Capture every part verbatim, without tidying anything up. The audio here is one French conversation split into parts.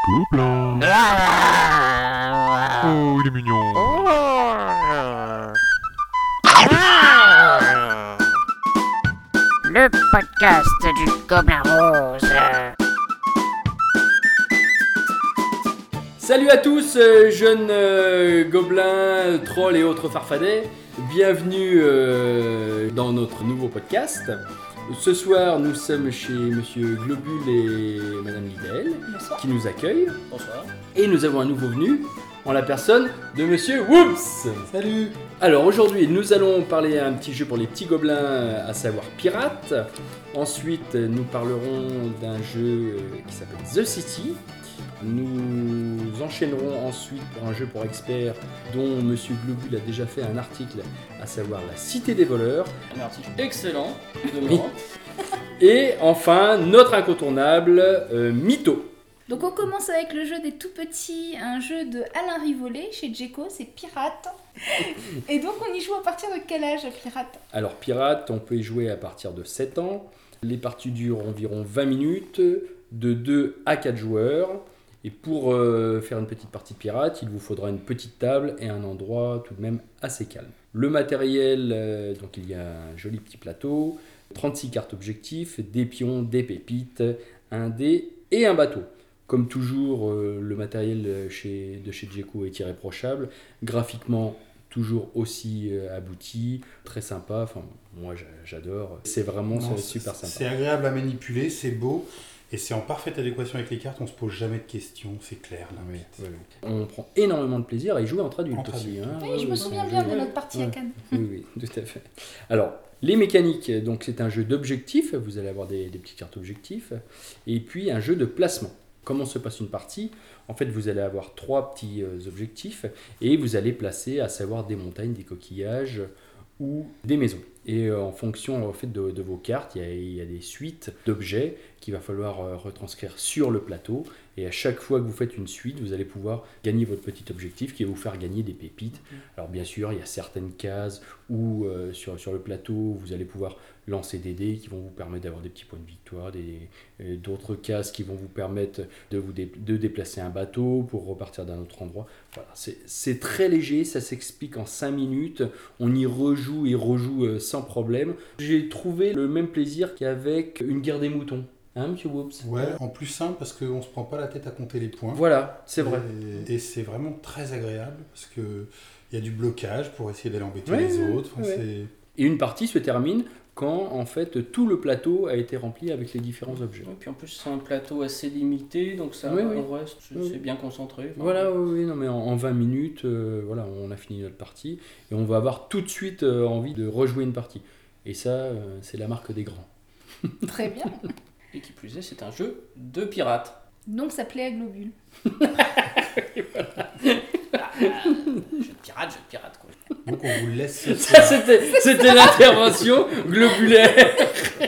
Gobelin. Oh, il est mignon. Le podcast du Gobelin Rose. Salut à tous, euh, jeunes euh, gobelins, trolls et autres farfadets. Bienvenue euh, dans notre nouveau podcast. Ce soir, nous sommes chez Monsieur Globule et Madame Lidel, Bonsoir. qui nous accueillent. Bonsoir. Et nous avons un nouveau venu, en la personne de Monsieur Whoops. Salut. Alors aujourd'hui, nous allons parler un petit jeu pour les petits gobelins, à savoir Pirate. Ensuite, nous parlerons d'un jeu qui s'appelle The City. Nous enchaînerons ensuite pour un jeu pour experts dont Monsieur Globule a déjà fait un article, à savoir La Cité des voleurs. Un article excellent de Oui. moi. Et enfin, notre incontournable euh, Mytho. Donc on commence avec le jeu des tout petits, un jeu de Alain Rivollet chez Djeco, c'est Pirate. Et donc on y joue à partir de quel âge, Pirate? Alors Pirate, on peut y jouer à partir de sept ans. Les parties durent environ vingt minutes, de deux à quatre joueurs. Et pour euh, faire une petite partie de Pirate, il vous faudra une petite table et un endroit tout de même assez calme. Le matériel, euh, donc il y a un joli petit plateau, trente-six cartes objectifs, des pions, des pépites, un dé et un bateau. Comme toujours, euh, le matériel chez, de chez Djeco est irréprochable. Graphiquement, toujours aussi euh, abouti, très sympa. Enfin, moi, j'a- j'adore. C'est vraiment Non, c'est c'est- super sympa. C'est agréable à manipuler, c'est beau et c'est en parfaite adéquation avec les cartes. On se pose jamais de questions, c'est clair. Ah oui, limpide. oui, oui. On prend énormément de plaisir à y jouer entre adultes Entre aussi. adultes. hein. Oui, Ouais, je me ouais, souviens c'est un bien jeu- de notre partie à Ouais. Cannes. Oui, oui, tout à fait. Alors, les mécaniques, donc c'est un jeu d'objectifs, vous allez avoir des, des petites cartes objectifs, et puis un jeu de placement. Comment se passe une partie? En fait, vous allez avoir trois petits euh, objectifs, et vous allez placer, à savoir des montagnes, des coquillages ou des maisons. Et euh, en fonction en fait, de, de vos cartes, il y, a, il y a des suites d'objets qu'il va falloir euh, retranscrire sur le plateau. Et à chaque fois que vous faites une suite, vous allez pouvoir gagner votre petit objectif qui va vous faire gagner des pépites. Alors bien sûr, il y a certaines cases où euh, sur, sur le plateau, vous allez pouvoir lancer des dés qui vont vous permettre d'avoir des petits points de victoire, des, euh, d'autres cases qui vont vous permettre de, vous dé- de déplacer un bateau pour repartir d'un autre endroit. Voilà, c'est, c'est très léger, ça s'explique en cinq minutes. On y rejoue et rejoue euh, sans problème. J'ai trouvé le même plaisir qu'avec une guerre des moutons. Hein, monsieur Whoops? Ouais, en plus simple parce qu'on se prend pas la tête à compter les points. Voilà, c'est vrai. Et, et c'est vraiment très agréable parce que il y a du blocage pour essayer d'aller embêter Ouais, les ouais, autres. Enfin, ouais. c'est... Et une partie se termine quand en fait tout le plateau a été rempli avec les différents objets. Et puis en plus c'est un plateau assez limité, donc ça Oui, oui. on reste, c'est, Oui. c'est bien concentré. Enfin, Voilà, oui, oui, non, mais en, en vingt minutes, euh, voilà, on a fini notre partie et on va avoir tout de suite euh, envie de rejouer une partie. Et ça, euh, c'est la marque des grands. Très bien. Et qui plus est, c'est un jeu de pirates. Donc ça plaît à Globule. Jeu de pirates, jeu de pirates quoi. Donc on vous laisse ce Ça, soir. c'était, c'était l'intervention globulaire.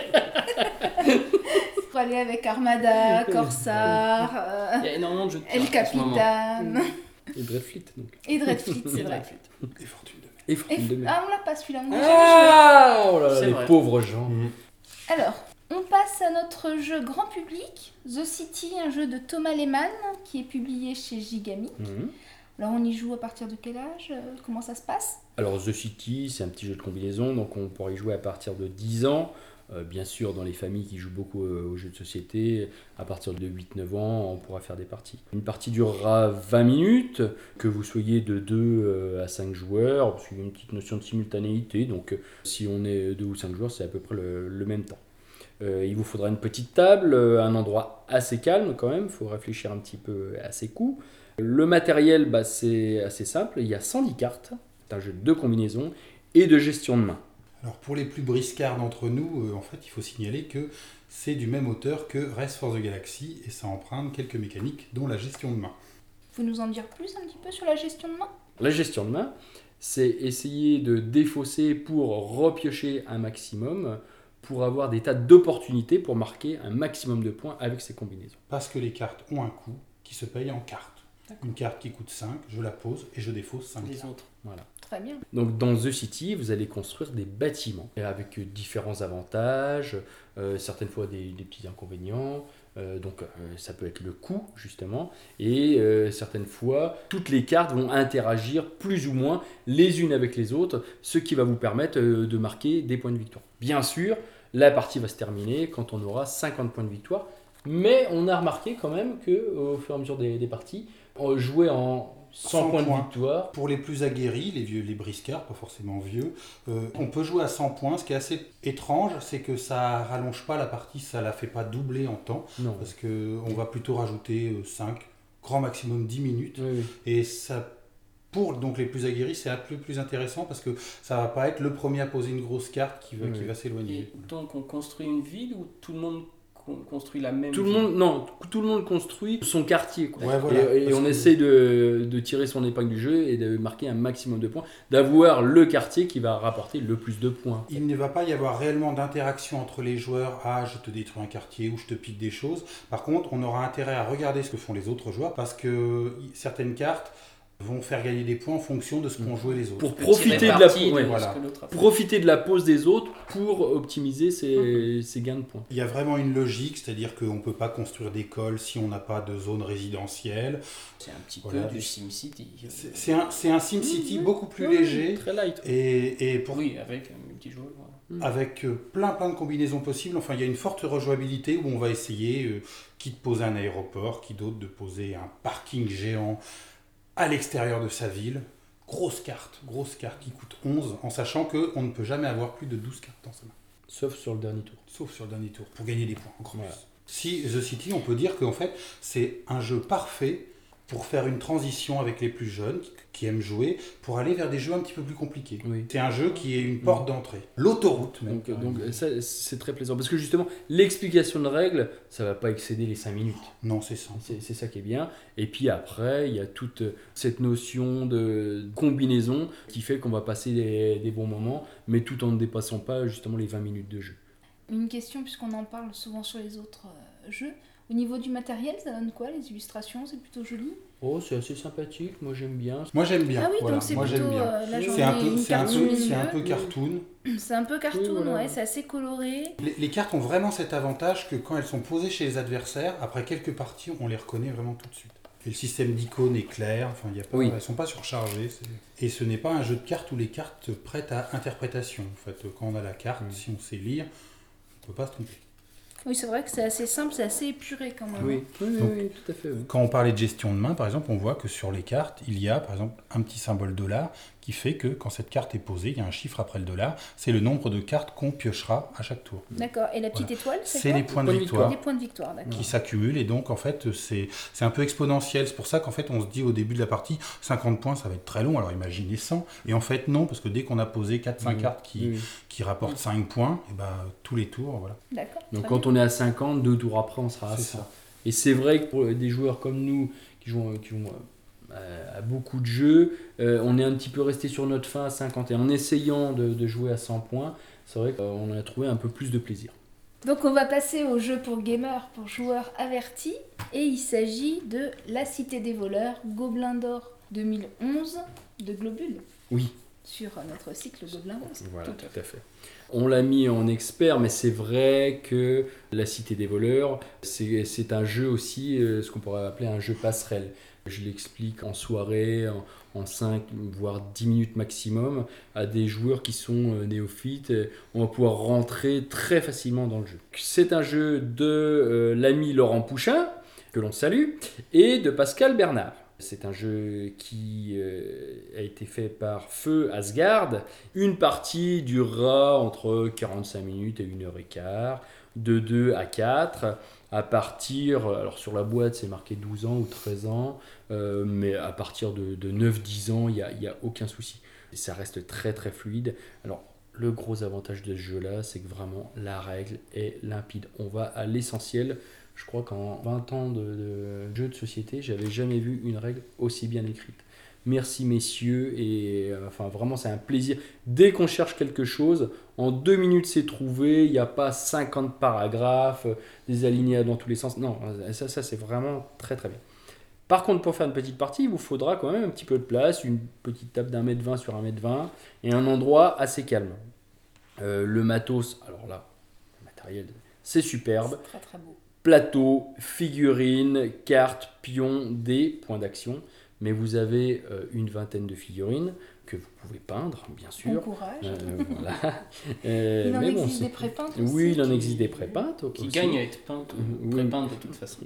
Faut aller avec Armada, Corsar, euh, Il y a énormément de jeux de El pirates en ce moment. Capitan Et Dreadfleet, donc. et Dreadfleet, c'est Et vrai. Dreadfleet. Et fortune de mer. Et Et Fortune de f- mer. Ah, on l'a pas celui-là. on l'a Ah, oh là là, C'est les vrai. pauvres gens. Mmh. jamais joué. Alors, on passe à notre jeu grand public, The City, un jeu de Thomas Lehmann qui est publié chez Gigami. Mhm. Alors on y joue à partir de quel âge? euh, Comment ça se passe? Alors The City, c'est un petit jeu de combinaison, donc on pourrait y jouer à partir de dix ans. Euh, bien sûr, dans les familles qui jouent beaucoup euh, aux jeux de société, à partir de huit neuf ans, on pourra faire des parties. Une partie durera vingt minutes, que vous soyez de deux à cinq joueurs, parce qu'il y a une petite notion de simultanéité, donc euh, si on est deux ou cinq joueurs, c'est à peu près le, le même temps. Euh, il vous faudra une petite table, euh, un endroit assez calme quand même, il faut réfléchir un petit peu à ses coups. Le matériel, bah, c'est assez simple, il y a cent dix cartes, c'est un jeu de combinaison et de gestion de main. Alors pour les plus briscards d'entre nous, euh, en fait, il faut signaler que c'est du même auteur que Race for the Galaxy et ça emprunte quelques mécaniques, dont la gestion de main. Vous nous en dire plus un petit peu sur la gestion de main? La gestion de main, c'est essayer de défausser pour repiocher un maximum, pour avoir des tas d'opportunités pour marquer un maximum de points avec ces combinaisons. Parce que les cartes ont un coût qui se paye en cartes. Une carte qui coûte cinq, je la pose et je défausse cinq Les cartes. autres. Voilà. Très bien. Donc dans The City, vous allez construire des bâtiments et avec euh, différents avantages, euh, certaines fois des, des petits inconvénients. Euh, donc euh, ça peut être le coût justement, et euh, certaines fois toutes les cartes vont interagir plus ou moins les unes avec les autres, ce qui va vous permettre euh, de marquer des points de victoire. Bien sûr, la partie va se terminer quand on aura cinquante points de victoire, mais on a remarqué quand même qu'au fur et à mesure des, des parties, on jouait en cent, cent points points. de victoire. Pour les plus aguerris, les vieux, les briscards, pas forcément vieux, euh, on peut jouer à cent points. Ce qui est assez étrange, c'est que ça rallonge pas la partie, ça la fait pas doubler en temps, Non. parce qu'on va plutôt rajouter euh, cinq, grand maximum dix minutes. Oui, oui. Et ça, pour donc les plus aguerris, c'est un peu plus intéressant parce que ça va pas être le premier à poser une grosse carte qui va, Oui. qui va s'éloigner. Et donc on construit une ville où tout le monde con- construit la même Tout le ville. monde, non, tout le monde construit son quartier, quoi. Ouais, voilà, et, et parce on que- essaie de, de tirer son épingle du jeu et de marquer un maximum de points, d'avoir le quartier qui va rapporter le plus de points. Il ne va pas y avoir réellement d'interaction entre les joueurs. Ah, je te détruis un quartier ou je te pique des choses. Par contre, on aura intérêt à regarder ce que font les autres joueurs parce que certaines cartes vont faire gagner des points en fonction de ce qu'ont joué les autres. Pour Tirer profiter de la, parti ouais, de voilà. ce que l'autre a fait. profiter de la pause des autres pour optimiser ses, ses gains de points. Il y a vraiment une logique, c'est-à-dire qu'on ne peut pas construire d'école si on n'a pas de zone résidentielle. C'est un petit Voilà. peu du SimCity. C'est c'est un, c'est un SimCity Mmh, beaucoup plus Oui, léger très light. et, et pour, Oui, avec un multijoueur. voilà. avec euh, plein plein de combinaisons possibles. Enfin, il y a une forte rejouabilité où on va essayer, euh, qui de poser un aéroport, qui d'autre de poser un parking géant à l'extérieur de sa ville. Grosse carte, grosse carte qui coûte onze, en sachant qu'on ne peut jamais avoir plus de douze cartes dans sa main. Sauf sur le dernier tour. Sauf sur le dernier tour, pour gagner des points encore Voilà. plus. Si The City, on peut dire qu'en fait, c'est un jeu parfait pour faire une transition avec les plus jeunes qui, qui aiment jouer, pour aller vers des jeux un petit peu plus compliqués. Oui. C'est un jeu qui est une porte d'entrée. L'autoroute, même. Donc, donc ça, c'est très plaisant. Parce que justement, l'explication de règles, ça va pas excéder les cinq minutes. Non, c'est ça. C'est c'est ça qui est bien. Et puis après, il y a toute cette notion de combinaison qui fait qu'on va passer des, des bons moments, mais tout en ne dépassant pas justement les vingt minutes de jeu. Une question, puisqu'on en parle souvent sur les autres euh, jeux. Au niveau du matériel, ça donne quoi? Les illustrations, c'est plutôt joli? Oh, c'est assez sympathique, moi j'aime bien. Moi, j'aime bien. Ah oui, Voilà, donc c'est moi, plutôt j'aime bien. euh, la journée, C'est un peu, une c'est un carte peu, sous les c'est un yeux. peu cartoon. C'est un peu cartoon, Oui, voilà. ouais, c'est assez coloré. Les, les cartes ont vraiment cet avantage que quand elles sont posées chez les adversaires, après quelques parties, on les reconnaît vraiment tout de suite. Et le système d'icônes est clair, enfin, il y a pas, Oui. elles ne sont pas surchargées. c'est- Et ce n'est pas un jeu de cartes où les cartes prêtent à interprétation. En fait, quand on a la carte, Oui. si on sait lire, on ne peut pas se tromper. Oui, c'est vrai que c'est assez simple, c'est assez épuré quand même. Oui, oui, oui, Donc, oui, tout à fait. oui. Quand on parlait de gestion de main, par exemple, on voit que sur les cartes, il y a par exemple un petit symbole dollar qui fait que quand cette carte est posée, il y a un chiffre après le dollar, c'est le nombre de cartes qu'on piochera à chaque tour. D'accord, et la petite étoile, c'est C'est quoi les points de Points de victoire Des points de victoire, d'accord. qui s'accumulent et donc en fait c'est c'est un peu exponentiel. C'est pour ça qu'en fait on se dit au début de la partie cinquante points ça va être très long, alors imaginez cent. Et en fait non, parce que dès qu'on a posé quatre cinq Oui. cartes qui, Oui, oui. qui rapportent cinq points, et ben, tous les tours, voilà. D'accord. Donc très quand bien. on est à cinquante, deux tours après, on sera à C'est cent. ça. Et c'est vrai que pour des joueurs comme nous, qui jouent, qui jouent euh, à beaucoup de jeux, euh, on est un petit peu resté sur notre fin à cinquante. Et en essayant de, de jouer à cent points, c'est vrai qu'on a trouvé un peu plus de plaisir. Donc on va passer au jeu pour gamers, pour joueurs avertis. Et il s'agit de La Cité des voleurs, Gobelin d'or deux mille onze de Globule. Oui. Sur notre site Le Gobelin Rose. Voilà, Tout à tout à fait. On l'a mis en expert, mais c'est vrai que La Cité des voleurs, c'est c'est un jeu aussi, euh, ce qu'on pourrait appeler un jeu passerelle. Je l'explique en soirée, en, en cinq voire dix minutes maximum, à des joueurs qui sont euh, néophytes. Et on va pouvoir rentrer très facilement dans le jeu. C'est un jeu de euh, l'ami Laurent Pouchin, que l'on salue, et de Pascal Bernard. C'est un jeu qui euh, a été fait par Feu Asgard. Une partie durera entre quarante-cinq minutes et une heure quinze, de deux à quatre. À partir, alors sur la boîte c'est marqué douze ans ou treize ans, euh, mais à partir de, de neuf dix ans, il n'y a, il y a aucun souci. Et ça reste très très fluide. Alors le gros avantage de ce jeu-là, c'est que vraiment la règle est limpide. On va à l'essentiel. Je crois qu'en vingt ans de, de jeu de société, j'avais jamais vu une règle aussi bien écrite. Merci messieurs, et euh, enfin vraiment c'est un plaisir. Dès qu'on cherche quelque chose, en deux minutes c'est trouvé, il n'y a pas cinquante paragraphes, euh, des alinéas dans tous les sens. Non, ça, ça c'est vraiment très très bien. Par contre, pour faire une petite partie, il vous faudra quand même un petit peu de place, une petite table d'un mètre vingt sur un mètre vingt et un endroit assez calme. Euh, le matos, alors là, le matériel, c'est superbe. C'est très très beau. Plateau, figurines, cartes, pions, dés, points d'action. Mais vous avez euh, une vingtaine de figurines que vous pouvez peindre, bien Bon sûr. courage. Euh, voilà. Euh, Il en mais bon, existe c'est- des prépeintes aussi. Oui, il en qui- existe des prépeintes. Qui aussi. gagne à être peinte Oui. ou prépeinte de toute façon.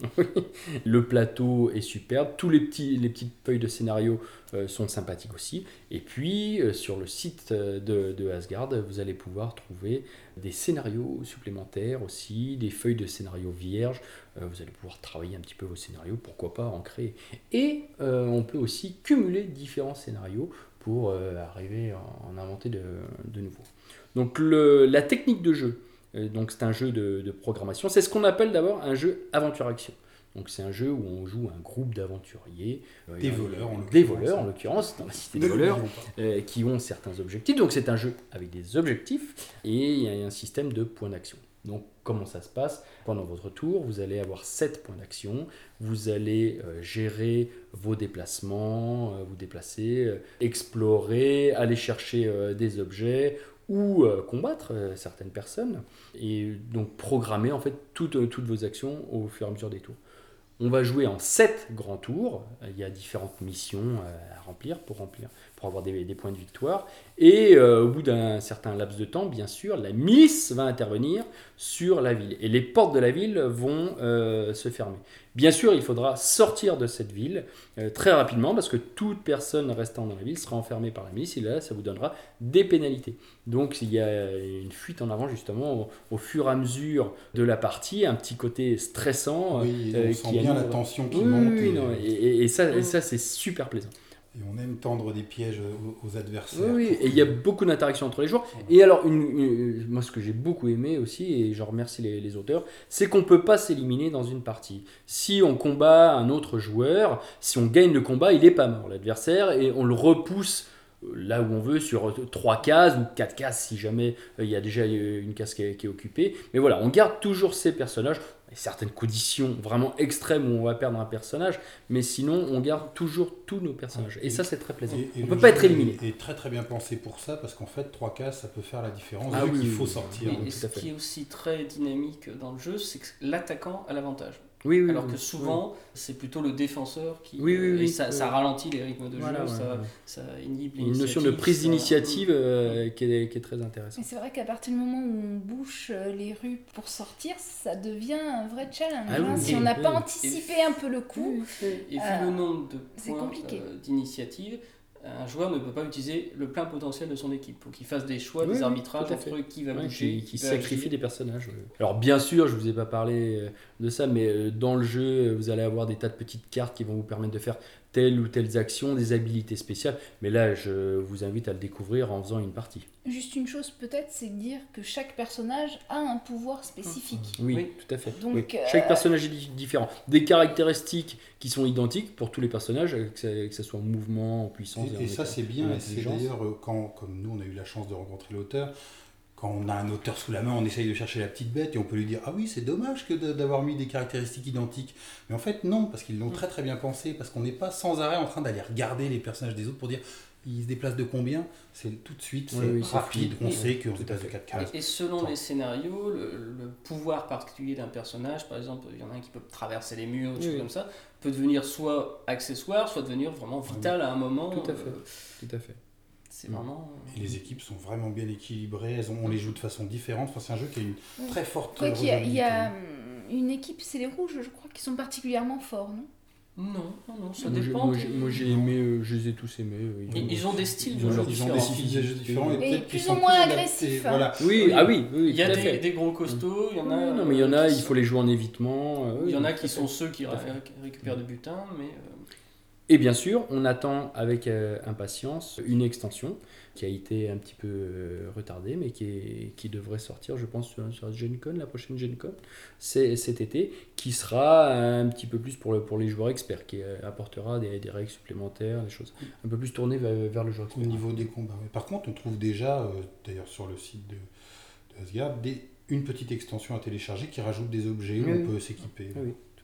Le plateau est superbe. Tous les, petits, les petites feuilles de scénario euh, sont sympathiques aussi. Et puis, euh, sur le site euh, de, de Asgard, vous allez pouvoir trouver des scénarios supplémentaires aussi, des feuilles de scénario vierges. Euh, vous allez pouvoir travailler un petit peu vos scénarios, pourquoi pas en créer. Et euh, on peut aussi cumuler différents scénarios pour euh, arriver à en inventer de, de nouveaux. Donc, le, la technique de jeu. Euh, Donc c'est un jeu de, de programmation. C'est ce qu'on appelle d'abord un jeu aventure-action. Donc c'est un jeu où on joue un groupe d'aventuriers, euh, Des il y a- voleurs, en des l'occurrence. voleurs en l'occurrence, dans la cité Ne des voleurs, l'oublions pas. euh, qui ont certains objectifs. Donc c'est un jeu avec des objectifs et il y a un système de points d'action. Donc comment ça se passe? Pendant votre tour, vous allez avoir sept points d'action. Vous allez euh, gérer vos déplacements, euh, vous déplacer, euh, explorer, aller chercher euh, des objets ou euh, combattre euh, certaines personnes et donc programmer en fait toutes, euh, toutes vos actions au fur et à mesure des tours. On va jouer en sept grands tours. Il y a différentes missions euh, à remplir pour, remplir, pour avoir des, des points de victoire. Et euh, au bout d'un certain laps de temps, bien sûr, la milice va intervenir sur la ville. Et les portes de la ville vont euh, se fermer. Bien sûr, il faudra sortir de cette ville euh, très rapidement parce que toute personne restant dans la ville sera enfermée par la milice. Et là, ça vous donnera des pénalités. Donc, il y a une fuite en avant justement au, au fur et à mesure de la partie, un petit côté stressant. Oui, euh, on sent qui bien la anime- tension qui Oui, monte. oui, et, non, et, et- et ça, et ça c'est super plaisant. et on aime tendre des pièges aux, aux adversaires. Oui, oui, et il y a beaucoup d'interactions entre les joueurs. Et alors, une, une- moi, ce que j'ai beaucoup aimé aussi, et je remercie les, les auteurs, c'est qu'on ne peut pas s'éliminer dans une partie. Si on combat un autre joueur, si on gagne le combat, il n'est pas mort, l'adversaire, et on le repousse là où on veut sur trois cases ou quatre cases si jamais euh, il y a déjà une case qui est, qui est occupée. Mais voilà, on garde toujours ces personnages. Il y a certaines conditions vraiment extrêmes où on va perdre un personnage, mais sinon on garde toujours tous nos personnages. Et ça, c'est très plaisant. Et- et on ne le peut pas jeu être éliminé. Est, est très très bien pensé pour ça parce qu'en fait trois cases ça peut faire la différence. Ah vu oui, qu'il oui, faut oui. sortir. Et, Oui, et tout ce à fait. qui est aussi très dynamique dans le jeu, c'est que l'attaquant a l'avantage. Oui, oui, Alors oui, que souvent, c'est plutôt le défenseur qui. Oui, oui, et oui, ça, oui. ça ralentit les rythmes de Voilà, jeu, ouais, ça, ouais. ça inhibe Une notion de l'initiative, prise ça- d'initiative euh, qui, est, qui est très intéressante. Mais c'est vrai qu'à partir du moment où on bouche euh, les rues pour sortir, ça devient un vrai challenge. Ah hein. oui, Si oui, on n'a oui. pas anticipé un peu le coup, Et vu Euh, le nombre de c'est points compliqué. euh, d'initiative, un joueur ne peut pas utiliser le plein potentiel de son équipe. Il faut qu'il fasse des choix, Oui, des oui, arbitrages tout à fait. entre qui va Ouais, bouger, qui, qui va sacrifie agir. des personnages. ouais. Alors bien sûr, je vous ai pas parlé euh, de ça, mais euh, dans le jeu, vous allez avoir des tas de petites cartes qui vont vous permettre de faire telle ou telle action, des habilités spéciales. Mais là, je vous invite à le découvrir en faisant une partie. juste une chose peut-être, c'est de dire que chaque personnage a un pouvoir spécifique. Oui, Oui. tout à fait. Donc, Oui. euh, Chaque personnage est di- différent. Des caractéristiques qui sont identiques pour tous les personnages, que ça, que ça soit en mouvement, en puissance. Et, en et ça état- c'est bien, en et c'est intelligence. d'ailleurs euh, quand, comme nous on a eu la chance de rencontrer l'auteur, quand on a un auteur sous la main, on essaye de chercher la petite bête et on peut lui dire ah oui c'est dommage que de- d'avoir mis des caractéristiques identiques. Mais en fait non, parce qu'ils l'ont très très bien pensé, parce qu'on n'est pas sans arrêt en train d'aller regarder les personnages des autres pour dire ils se déplacent de combien. C'est tout de suite, c'est Oui, oui, c'est rapide, fluide. on Oui, sait qu'on tout se à déplace de fait. quatre cases. Et, et selon les scénarios, le, le pouvoir particulier d'un personnage, par exemple, il y en a un qui peut traverser les murs, des Oui, choses oui. comme ça, peut devenir soit accessoire, soit devenir vraiment vital à un moment. Tout à fait. euh, Tout à fait. c'est vraiment. Et les équipes sont vraiment bien équilibrées, elles ont- on les joue de façon différente. Enfin, c'est un jeu qui a une Oui. très forte Quoi qu'il y a, il y a rejouabilité. hum, une équipe, c'est les rouges, je crois, qui sont particulièrement forts, non? Non, non, non, ça Moi, j'ai- dépend. Moi, j'ai- moi, j'ai aimé, euh, je les ai tous aimés. euh, Ils, ils ont des styles Ils de ont jeu leur- Ils ont différents. des styles de jeux différents et, Et peut-être plus qu'ils ou sont moins adaptés, agressifs, hein. Voilà. Oui, Oui. ah oui, oui, Il y a tout à des, fait. des gros costauds, il y en a. Oui, non, mais il y en a, euh, il qui faut les jouer en évitement. euh, sont- oui, Il y en a tout qui à fait. sont ceux qui Tout à ré- fait. récupèrent du butin, mais. euh, Et bien sûr, on attend avec euh, impatience une extension qui a été un petit peu euh, retardée, mais qui, est- qui devrait sortir, je pense, sur, sur la Gen Con, la prochaine Gen Con, c'est cet été, qui sera un petit peu plus pour, le, pour les joueurs experts, qui euh, apportera des, des règles supplémentaires, des choses un peu plus tournées vers, vers le joueur Au expert. niveau des combats. ouais. Par contre, on trouve déjà, euh, d'ailleurs sur le site de, de Asgard, des, une petite extension à télécharger qui rajoute des objets où Oui, on oui. peut s'équiper. Ah oui,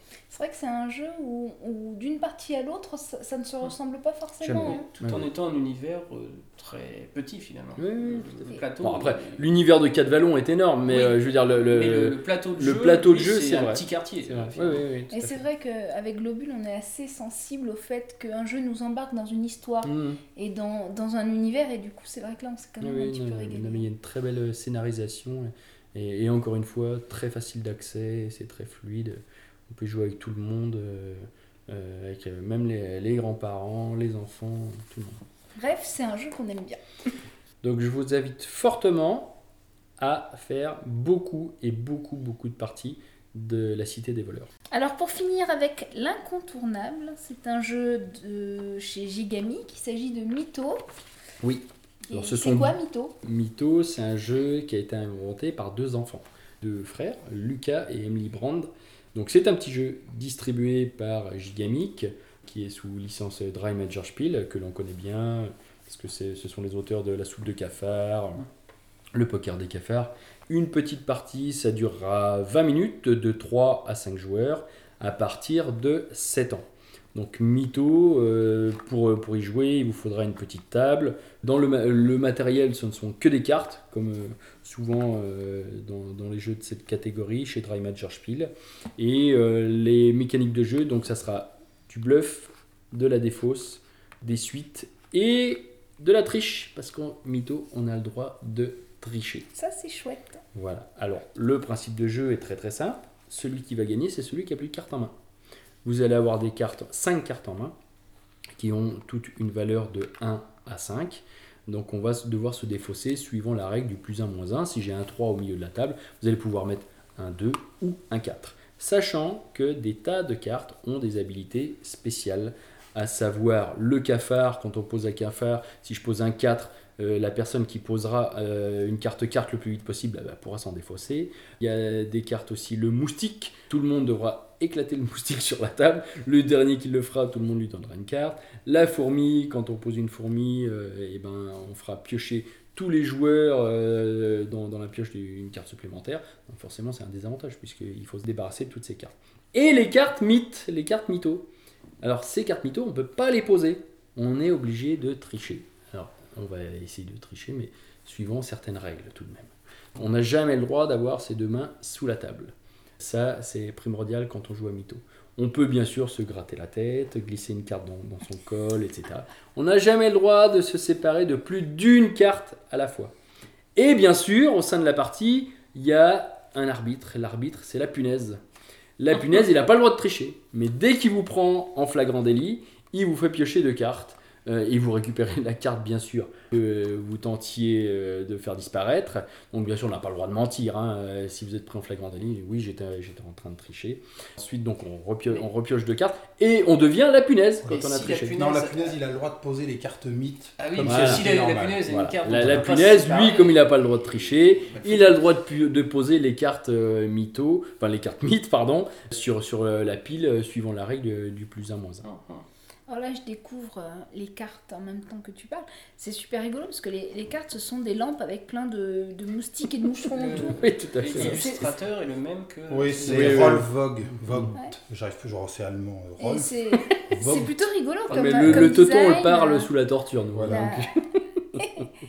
C'est vrai que c'est un jeu où, où d'une partie à l'autre, ça, ça ne se ressemble pas forcément. Jamais. hein. Tout en Ouais. étant un univers euh, très petit finalement. Oui, oui, le, tout à le fait. plateau. Bon, après, il- l'univers de quatre vallons est énorme, mais Oui. euh, je veux dire, le, le- mais le, le plateau de le jeu, plateau de lui, jeu, c'est c'est un vrai. petit quartier. c'est vrai. euh, Oui, finalement. oui, oui, tout Et à c'est fait. vrai qu'avec Globule, on est assez sensible au fait qu'un jeu nous embarque dans une histoire Mmh. et dans, dans un univers, et du coup, c'est vrai que là, on s'est quand Oui, même un oui, petit non, peu non, régalé. non, mais il y a une très belle scénarisation et, et encore une fois très facile d'accès, c'est très fluide. On peut jouer avec tout le monde, euh, euh, avec euh, même les, les grands-parents, les enfants, tout le monde. Bref, c'est un jeu qu'on aime bien. Donc je vous invite fortement à faire beaucoup et beaucoup beaucoup de parties de la Cité des voleurs. Alors pour finir avec l'incontournable, c'est un jeu de chez Gigami, qu'il s'agit de Mytho. Oui. Et Alors, ce c'est sont- quoi Mytho? Mytho, c'est un jeu qui a été inventé par deux enfants, deux frères, Lucas et Emily Brand. Donc c'est un petit jeu distribué par Gigamic, qui est sous licence Dry Major Spiel, que l'on connaît bien, parce que c'est- ce sont les auteurs de La soupe de cafard, Le poker des cafards. Une petite partie, ça durera vingt minutes, de trois à cinq joueurs, à partir de sept ans. Donc Mytho, euh, pour, pour y jouer, il vous faudra une petite table. Dans le, ma- le matériel, ce ne sont que des cartes, comme euh, souvent euh, dans, dans les jeux de cette catégorie, chez Dry Major Spiel. Et euh, les mécaniques de jeu, donc ça sera du bluff, de la défausse, des suites et de la triche, parce qu'en Mytho, on a le droit de tricher. Ça c'est chouette. Voilà. Alors, le principe de jeu est très très simple. Celui qui va gagner, c'est celui qui a plus de cartes en main. Vous allez avoir des cartes, cinq cartes en main, qui ont toutes une valeur de un à cinq. Donc, on va devoir se défausser suivant la règle du plus un moins un. Si j'ai un trois au milieu de la table, vous allez pouvoir mettre un deux ou un quatre. Sachant que des tas de cartes ont des habilités spéciales, à savoir le cafard. Quand on pose un cafard, si je pose un quatre, Euh, la personne qui posera euh, une carte carte le plus vite possible, bah, pourra s'en défausser. Il y a des cartes aussi, le moustique. Tout le monde devra éclater le moustique sur la table. Le dernier qui le fera, tout le monde lui donnera une carte. La fourmi, quand on pose une fourmi, euh, et ben, on fera piocher tous les joueurs euh, dans, dans la pioche d'une carte supplémentaire. Donc forcément, c'est un désavantage, puisqu'il faut se débarrasser de toutes ces cartes. Et les cartes mythes, les cartes mythos. Alors, ces cartes mythos, on ne peut pas les poser. On est obligé de tricher. Alors, on va essayer de tricher, mais suivant certaines règles tout de même. On n'a jamais le droit d'avoir ses deux mains sous la table. Ça, c'est primordial quand on joue à Mytho. On peut bien sûr se gratter la tête, glisser une carte dans, dans son col, et cetera. On n'a jamais le droit de se séparer de plus d'une carte à la fois. Et bien sûr, au sein de la partie, il y a un arbitre. L'arbitre, c'est la punaise. La punaise, il n'a pas le droit de tricher. Mais dès qu'il vous prend en flagrant délit, il vous fait piocher deux cartes. Euh, et vous récupérez la carte, bien sûr, que vous tentiez euh, de faire disparaître. Donc, bien sûr, on n'a pas le droit de mentir. Hein. Euh, si vous êtes pris en flagrant délit, oui, j'étais, j'étais en train de tricher. Ensuite, donc, on, repio- on repioche deux cartes et on devient la punaise quand Et on a si triché. la punaise- Non, la punaise, il a le droit de poser les cartes mythes. Ah oui, comme mais Voilà. si c'est la, la normal. punaise a Voilà. une carte. La, dont la on peut pas punaise, se séparer. lui, comme il n'a pas le droit de tricher, il a le droit de, pu- de poser les cartes euh, mythos, enfin les cartes mythes, pardon, sur, sur euh, la pile, euh, suivant la règle euh, du plus un moins un. Hum, hum. Alors là, je découvre euh, les cartes en même temps que tu parles. C'est super rigolo parce que les, les cartes, ce sont des lampes avec plein de, de moustiques et de moucherons Le- autour. Oui, tout à fait. L'illustrateur est le même que. Oui, Oui, c'est oui. Rolf Vogt. Vogt. Ouais. J'arrive plus, genre c'est allemand. euh, Et Rolf c'est Vogt. c'est plutôt rigolo comme, Mais le, comme le teuton, on le design, parle euh, sous la torture, nous. Voilà. Donc,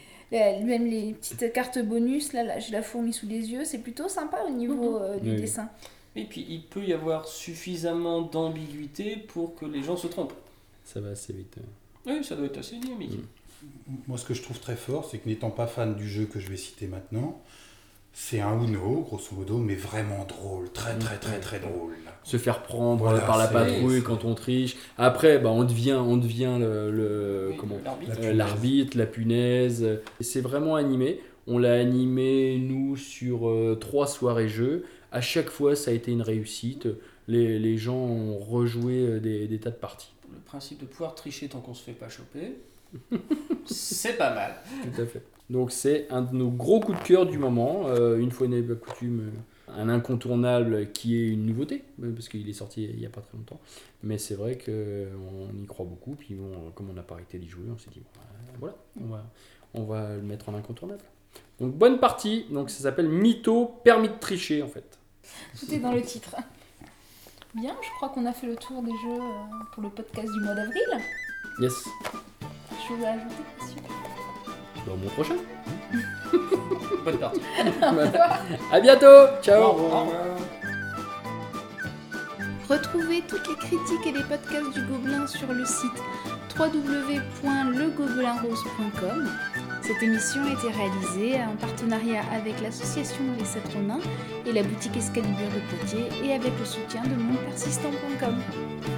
la- Même les petites cartes bonus, là, là j'ai la fourmi sous les yeux, c'est plutôt sympa au niveau euh, du Oui. dessin. Et puis il peut y avoir suffisamment d'ambiguïté pour que les gens se trompent. ça va assez vite. Oui, ça doit être assez dynamique. Mm. Moi, ce que je trouve très fort, c'est que n'étant pas fan du jeu que je vais citer maintenant, c'est un Uno, grosso modo, mais vraiment drôle. Très, très, très, très drôle. Se faire prendre Voilà, par la c'est- patrouille c'est- quand on triche. Après, bah, on devient, on devient le, le- Oui, comment, l'arbitre. La euh, punaise. l'arbitre, la punaise. C'est vraiment animé. On l'a animé, nous, sur euh, trois soirées jeux. À chaque fois, ça a été une réussite. Les, les gens ont rejoué euh, des, des tas de parties. Le principe de pouvoir tricher tant qu'on se fait pas choper, c'est pas mal. Tout à fait. Donc c'est un de nos gros coups de cœur du moment. Euh, une fois n'est pas coutume, euh, un incontournable qui est une nouveauté, euh, parce qu'il est sorti il n'y a pas très longtemps. Mais c'est vrai qu'on y croit beaucoup. Puis bon, comme on n'a pas arrêté d'y jouer, on s'est dit, bon, euh, voilà, on va, on va le mettre en incontournable. Donc bonne partie. Donc ça s'appelle Mytho, permis de tricher en fait. Tout est dans le titre. Bien, je crois qu'on a fait le tour des jeux euh, pour le podcast du mois d'avril. Yes. Chose à ajouter, monsieur. Bah, au mois prochain. Bonne partie. À bientôt. Ciao. Au revoir. Retrouvez toutes les critiques et les podcasts du Gobelin sur le site w w w point le gobelin rose point com. Cette émission a été réalisée en partenariat avec l'association Les Sept Ronins et la boutique Escalibur de Poitiers et avec le soutien de monde persistant point com.